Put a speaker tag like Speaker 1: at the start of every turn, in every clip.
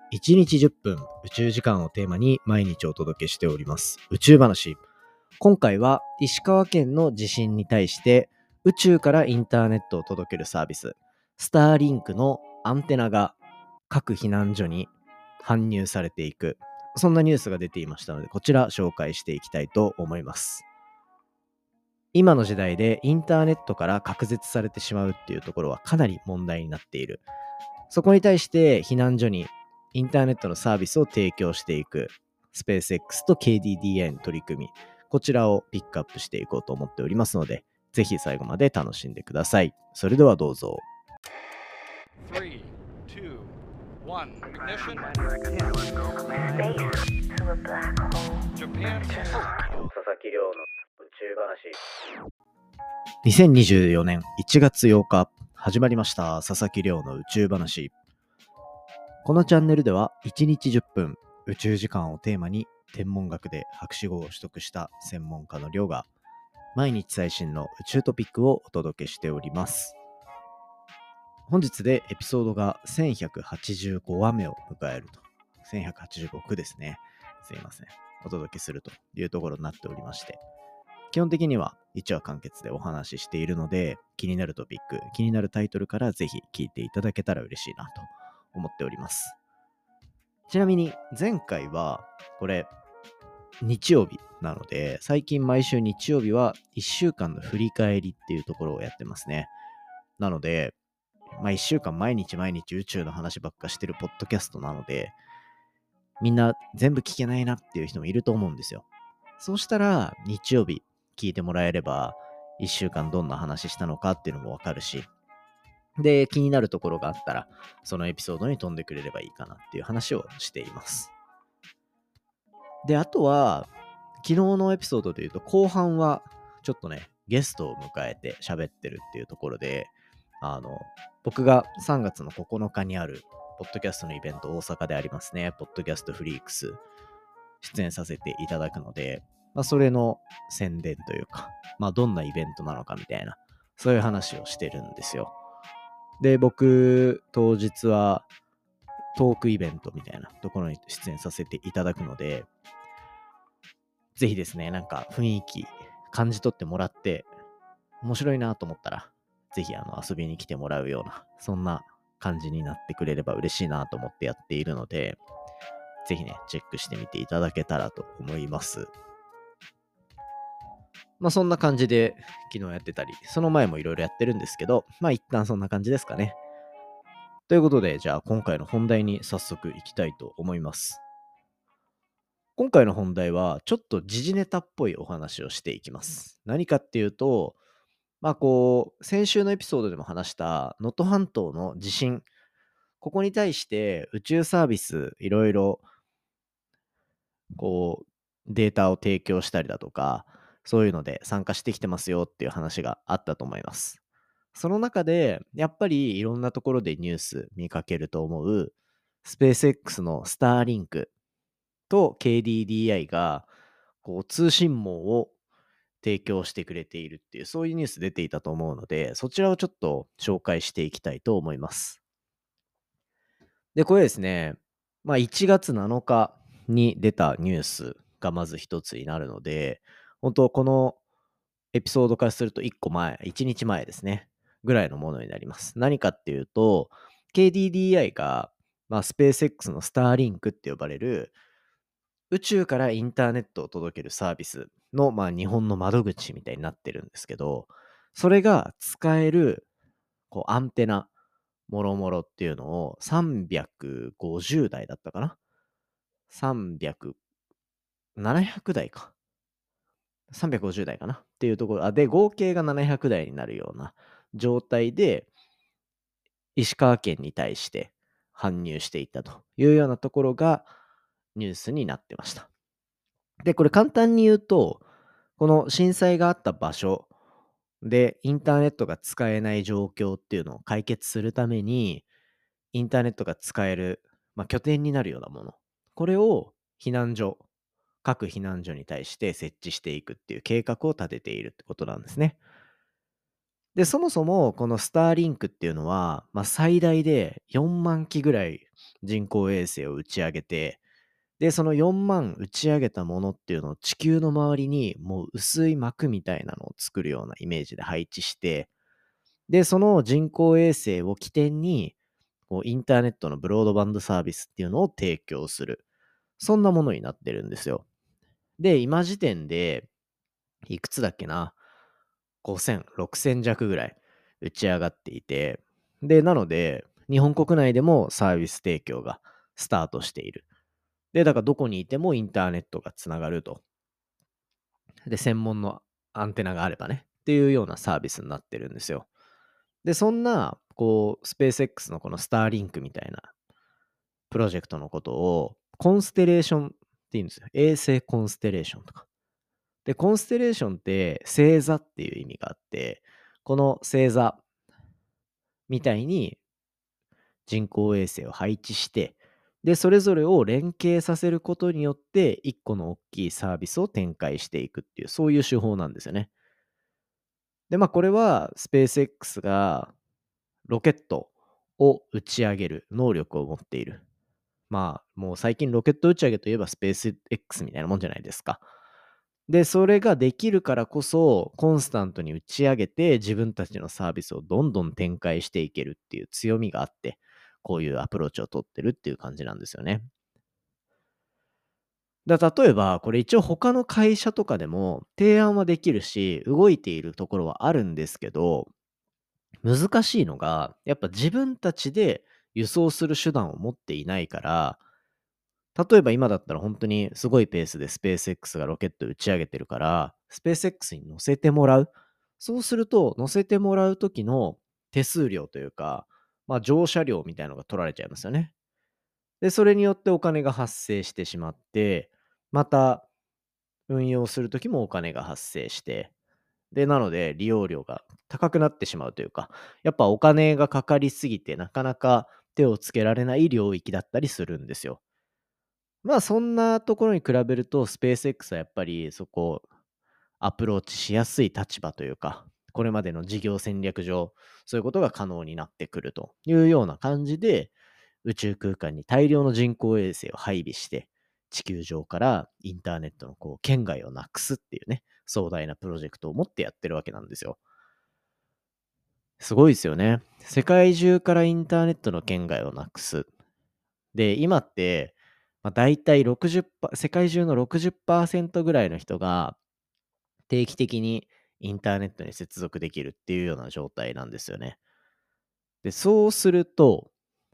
Speaker 1: 1日10分宇宙時間をテーマに毎日お届けしております宇宙話。今回は石川県の地震に対して宇宙からインターネットを届けるサービススターリンクのアンテナが各避難所に搬入されていく、そんなニュースが出ていましたので、こちら紹介していきたいと思います。今の時代でインターネットから隔絶されてしまうっていうところはかなり問題になっている。そこに対して避難所にインターネットのサービスを提供していくスペース X と KDDI の取り組み、こちらをピックアップしていこうと思っておりますので、ぜひ最後まで楽しんでください。それではどうぞ。
Speaker 2: 3、2、1 ignition. Japan.
Speaker 1: 佐々木亮の宇宙話。2024年1月8日始まりました佐々木亮の宇宙話。このチャンネルでは1日10分宇宙時間をテーマに天文学で博士号を取得した専門家の亮が毎日最新の宇宙トピックをお届けしております。本日でエピソードが1185話目を迎えると、1185ですね。すいません。お届けするというところになっておりまして、基本的には1話完結でお話ししているので、気になるトピック、気になるタイトルからぜひ聞いていただけたら嬉しいなと思っております。ちなみに前回はこれ日曜日なので、最近毎週日曜日は1週間の振り返りっていうところをやってますね。なので、1週間毎日宇宙の話ばっかしてるポッドキャストなので、みんな全部聞けないなっていう人もいると思うんですよ。そうしたら日曜日聞いてもらえれば1週間どんな話したのかっていうのもわかるし、で、気になるところがあったらそのエピソードに飛んでくれればいいかなっていう話をしています。で、あとは昨日のエピソードで言うと後半はちょっとね、ゲストを迎えて喋ってるっていうところで、僕が3月の9日にあるポッドキャストのイベント、大阪でありますね、ポッドキャストフリークス出演させていただくので、それの宣伝というか、どんなイベントなのかみたいな、そういう話をしてるんですよ。で、僕当日はトークイベントみたいなところに出演させていただくので、ぜひですね、なんか雰囲気感じ取ってもらって面白いなと思ったら、ぜひ遊びに来てもらうような、そんな感じになってくれれば嬉しいなと思ってやっているので、ぜひね、チェックしてみていただけたらと思います。そんな感じで昨日やってたり、その前もいろいろやってるんですけど、一旦そんな感じですかね。ということで、じゃあ今回の本題に早速いきたいと思います。今回の本題はちょっと時事ネタっぽいお話をしていきます。何かっていうと、先週のエピソードでも話した能登半島の地震、ここに対して宇宙サービスいろいろデータを提供したりだとか、そういうので参加してきてますよっていう話があったと思います。その中でやっぱりいろんなところでニュース見かけると思うスペース X のスターリンクと KDDI が通信網を提供してくれているっていう、そういうニュース出ていたと思うので、そちらをちょっと紹介していきたいと思います。で、これですね、1月7日に出たニュースがまず一つになるので、本当このエピソードからすると1個前、1日前ですね、ぐらいのものになります。何かっていうと、KDDI が、スペース X のスターリンクって呼ばれる宇宙からインターネットを届けるサービスの、日本の窓口みたいになってるんですけど、それが使えるアンテナもろもろっていうのを350台だったかな、300、700台か。350台かなっていうところ、で、合計が700台になるような状態で、石川県に対して搬入していったというようなところがニュースになってました。で、これ簡単に言うと、この震災があった場所でインターネットが使えない状況っていうのを解決するために、インターネットが使える、拠点になるようなもの、これを各避難所に対して設置していくっていう計画を立てているってことなんですね。で、そもそもこのスターリンクっていうのは、最大で4万機ぐらい人工衛星を打ち上げて、で、その4万打ち上げたものっていうのを地球の周りにもう薄い膜みたいなのを作るようなイメージで配置して、で、その人工衛星を起点に、こうインターネットのブロードバンドサービスっていうのを提供する。そんなものになってるんですよ。で、今時点で、いくつだっけな、5000、6000弱ぐらい打ち上がっていて、で、なので、日本国内でもサービス提供がスタートしている。で、だからどこにいてもインターネットがつながると。で、専門のアンテナがあればね、っていうようなサービスになってるんですよ。で、そんな、こう、スペース X のこのスターリンクみたいなプロジェクトのことを、コンステレーションって言うんですよ。衛星コンステレーションとか。で、コンステレーションって星座っていう意味があって、この星座みたいに人工衛星を配置して、で、それぞれを連携させることによって、一個の大きいサービスを展開していくっていう、そういう手法なんですよね。で、これは、スペース X がロケットを打ち上げる能力を持っている。もう最近ロケット打ち上げといえばスペース X みたいなもんじゃないですか。で、それができるからこそ、コンスタントに打ち上げて、自分たちのサービスをどんどん展開していけるっていう強みがあって、こういうアプローチを取ってるっていう感じなんですよね。例えば、これ一応他の会社とかでも提案はできるし、動いているところはあるんですけど、難しいのが、やっぱ自分たちで輸送する手段を持っていないから、例えば今だったら本当にすごいペースでスペース X がロケット打ち上げてるから、スペース X に乗せてもらう。そうすると、乗せてもらう時の手数料というか、乗車料みたいなのが取られちゃいますよね。で、それによってお金が発生してしまって、また運用する時もお金が発生して、で、なので利用料が高くなってしまうというか、やっぱお金がかかりすぎてなかなか手をつけられない領域だったりするんですよ。そんなところに比べると、スペース X はやっぱりそこ、アプローチしやすい立場というか、これまでの事業戦略上、そういうことが可能になってくるというような感じで、宇宙空間に大量の人工衛星を配備して、地球上からインターネットの圏外をなくすっていうね、壮大なプロジェクトを持ってやってるわけなんですよ。すごいですよね。世界中からインターネットの圏外をなくす。で、今って、大体世界中の60%ぐらいの人が定期的にインターネットに接続できるっていうような状態なんですよね。で、そうすると、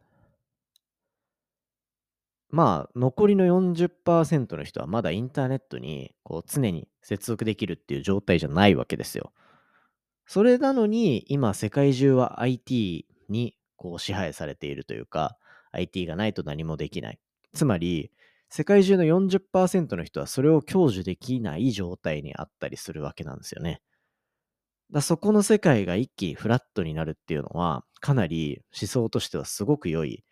Speaker 1: 残りの40%の人はまだインターネットに常に接続できるっていう状態じゃないわけですよ。それなのに、今世界中は IT に支配されているというか、IT がないと何もできない。つまり、世界中の40%の人はそれを享受できない状態にあったりするわけなんですよね。そこの世界が一気にフラットになるっていうのは、かなり思想としてはすごく良い、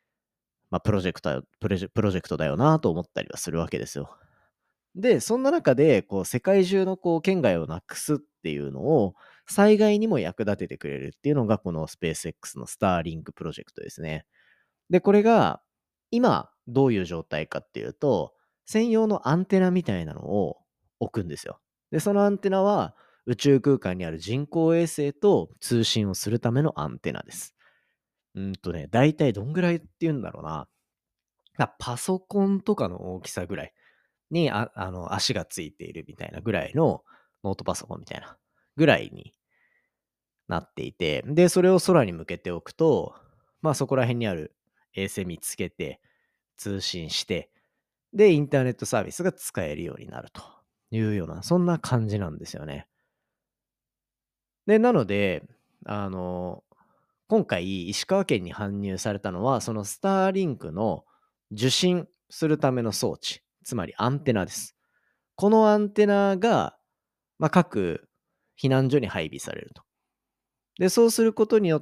Speaker 1: プロジェクトだよなと思ったりはするわけですよ。で、そんな中で、世界中の圏外をなくすっていうのを、災害にも役立ててくれるっていうのが、このスペース X のスターリンクプロジェクトですね。で、これが、今、どういう状態かっていうと、専用のアンテナみたいなのを置くんですよ。で、そのアンテナは、宇宙空間にある人工衛星と通信をするためのアンテナです。だいたいどんぐらいって言うんだろうな。パソコンとかの大きさぐらい。に、足がついているみたいなぐらいのノートパソコンみたいなぐらいになっていて、で、それを空に向けておくと、そこら辺にある衛星見つけて、通信して、で、インターネットサービスが使えるようになるというような、そんな感じなんですよね。で、なので、あの、今回石川県に搬入されたのは、そのスターリンクの受信するための装置、つまりアンテナです。このアンテナが、各避難所に配備されると。で、そうすることによって、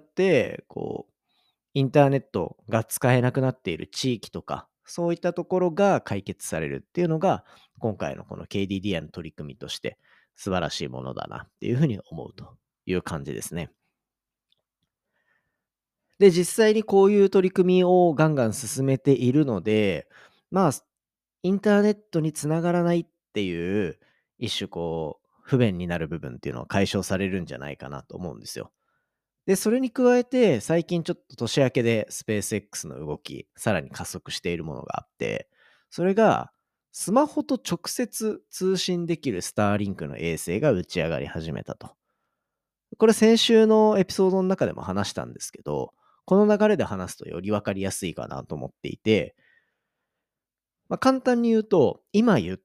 Speaker 1: インターネットが使えなくなっている地域とか、そういったところが解決されるっていうのが、今回のこの KDDI の取り組みとして素晴らしいものだなっていうふうに思うという感じですね。 で、実際にこういう取り組みをガンガン進めているので、まあ、インターネットにつながらないっていう、一種不便になる部分っていうのは解消されるんじゃないかなと思うんですよ。で、それに加えて、最近ちょっと年明けでスペース X の動き、さらに加速しているものがあって、それが、スマホと直接通信できるスターリンクの衛星が打ち上がり始めたと。これ先週のエピソードの中でも話したんですけど、この流れで話すとよりわかりやすいかなと思っていて、簡単に言うと、今言った、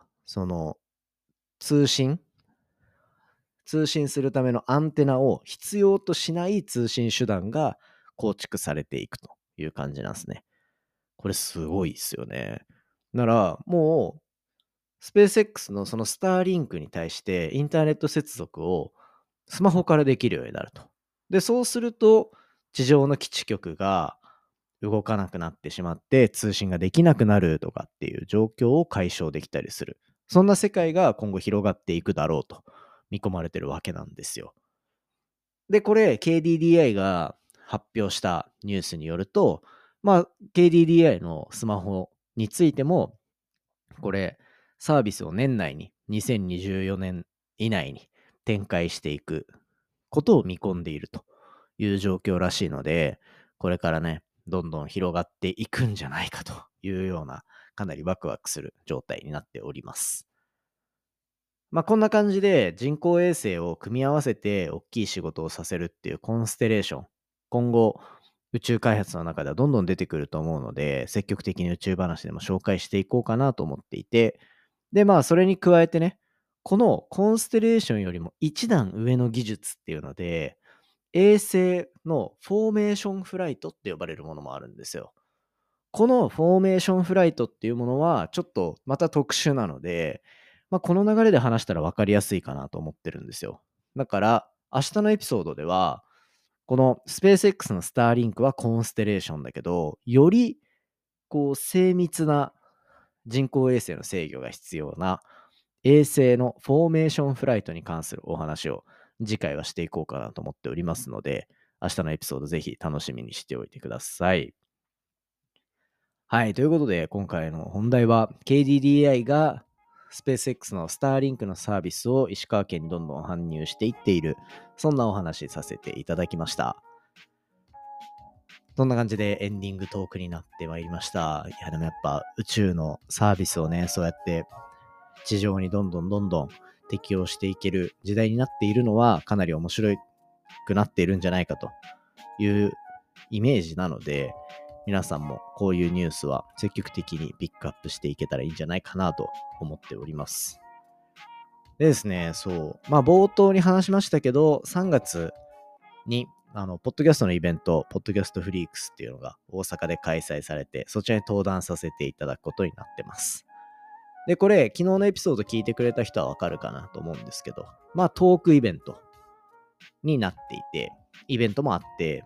Speaker 1: 通信通信するためのアンテナを必要としない通信手段が構築されていくという感じなんですね。これすごいですよね。なら、もう、スペース X のそのスターリンクに対してインターネット接続をスマホからできるようになると。で、そうすると、地上の基地局が動かなくなってしまって通信ができなくなるとかっていう状況を解消できたりする。そんな世界が今後広がっていくだろうと見込まれてるわけなんですよ。で、これ KDDI が発表したニュースによると、KDDI のスマホについても、これサービスを年内に2024年以内に展開していくことを見込んでいるという状況らしいので、これからね、どんどん広がっていくんじゃないかというような、かなりワクワクする状態になっております。こんな感じで人工衛星を組み合わせて大きい仕事をさせるっていうコンステレーション、今後宇宙開発の中ではどんどん出てくると思うので、積極的に宇宙話でも紹介していこうかなと思っていて、で、それに加えてね、このコンステレーションよりも一段上の技術っていうので、衛星のフォーメーションフライトって呼ばれるものもあるんですよ。このフォーメーションフライトっていうものはちょっとまた特殊なので、この流れで話したら分かりやすいかなと思ってるんですよ。だから明日のエピソードでは、このスペース X のスターリンクはコンステレーションだけど、より精密な人工衛星の制御が必要な衛星のフォーメーションフライトに関するお話を次回はしていこうかなと思っておりますので、明日のエピソードぜひ楽しみにしておいてください。はい、ということで今回の本題は KDDI がスペース X のスターリンクのサービスを石川県にどんどん搬入していっている、そんなお話させていただきました。そんな感じでエンディングトークになってまいりました。いやでもやっぱ宇宙のサービスをね、そうやって地上にどんどん適用していける時代になっているのはかなり面白くなっているんじゃないかというイメージなので、皆さんもこういうニュースは積極的にピックアップしていけたらいいんじゃないかなと思っております。でですね、冒頭に話しましたけど、3月にポッドキャストのイベント、ポッドキャストフリークスっていうのが大阪で開催されて、そちらに登壇させていただくことになってます。で、これ、昨日のエピソード聞いてくれた人はわかるかなと思うんですけど、トークイベントになっていて、イベントもあって、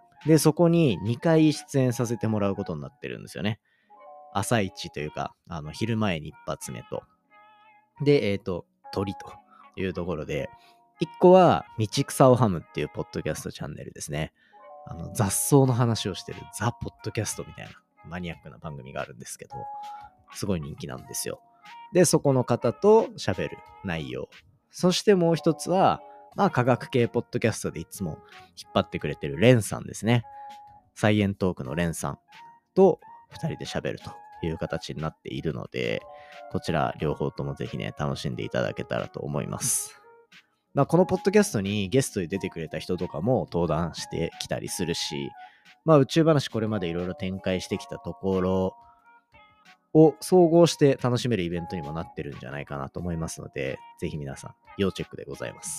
Speaker 1: で、そこに2回出演させてもらうことになってるんですよね。朝一というか、昼前に一発目と。で、鳥というところで、1個は、道草をハムっていうポッドキャストチャンネルですね。雑草の話をしてるザ・ポッドキャストみたいなマニアックな番組があるんですけど、すごい人気なんですよ。で、そこの方と喋る内容。そしてもう一つは、科学系ポッドキャストでいつも引っ張ってくれてるレンさんですね。サイエントークのレンさんと2人で喋るという形になっているので、こちら両方ともぜひね、楽しんでいただけたらと思います。このポッドキャストにゲストで出てくれた人とかも登壇してきたりするし、宇宙話これまでいろいろ展開してきたところを総合して楽しめるイベントにもなってるんじゃないかなと思いますので、ぜひ皆さん要チェックでございます。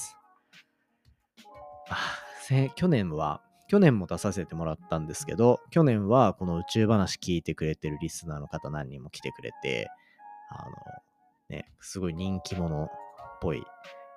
Speaker 1: 去年も出させてもらったんですけど、去年はこの宇宙話聞いてくれてるリスナーの方何人も来てくれて、すごい人気者っぽい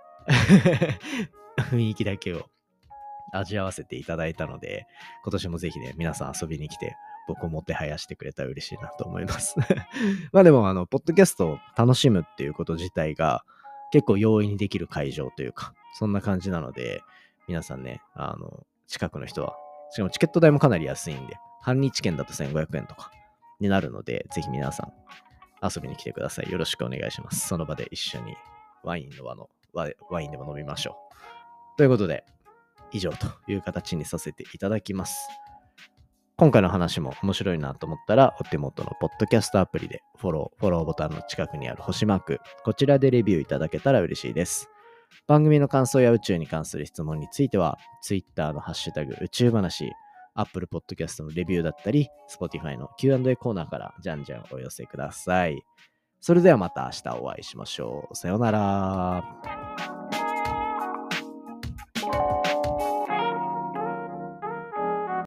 Speaker 1: 雰囲気だけを味わわせていただいたので、今年もぜひね、皆さん遊びに来て、僕をもてはやしてくれたら嬉しいなと思いますでも、ポッドキャストを楽しむっていうこと自体が結構容易にできる会場というか、そんな感じなので、皆さんね、近くの人はしかもチケット代もかなり安いんで、半日券だと1500円とかになるので、ぜひ皆さん遊びに来てください。よろしくお願いします。その場で一緒にワインでも飲みましょう。ということで、以上という形にさせていただきます。今回の話も面白いなと思ったら、お手元のポッドキャストアプリでフォローボタンの近くにある星マーク、こちらでレビューいただけたら嬉しいです。番組の感想や宇宙に関する質問については、Twitter のハッシュタグ宇宙話、Apple Podcast のレビューだったり、Spotify の Q&A コーナーからじゃんじゃんお寄せください。それではまた明日お会いしましょう。さようなら。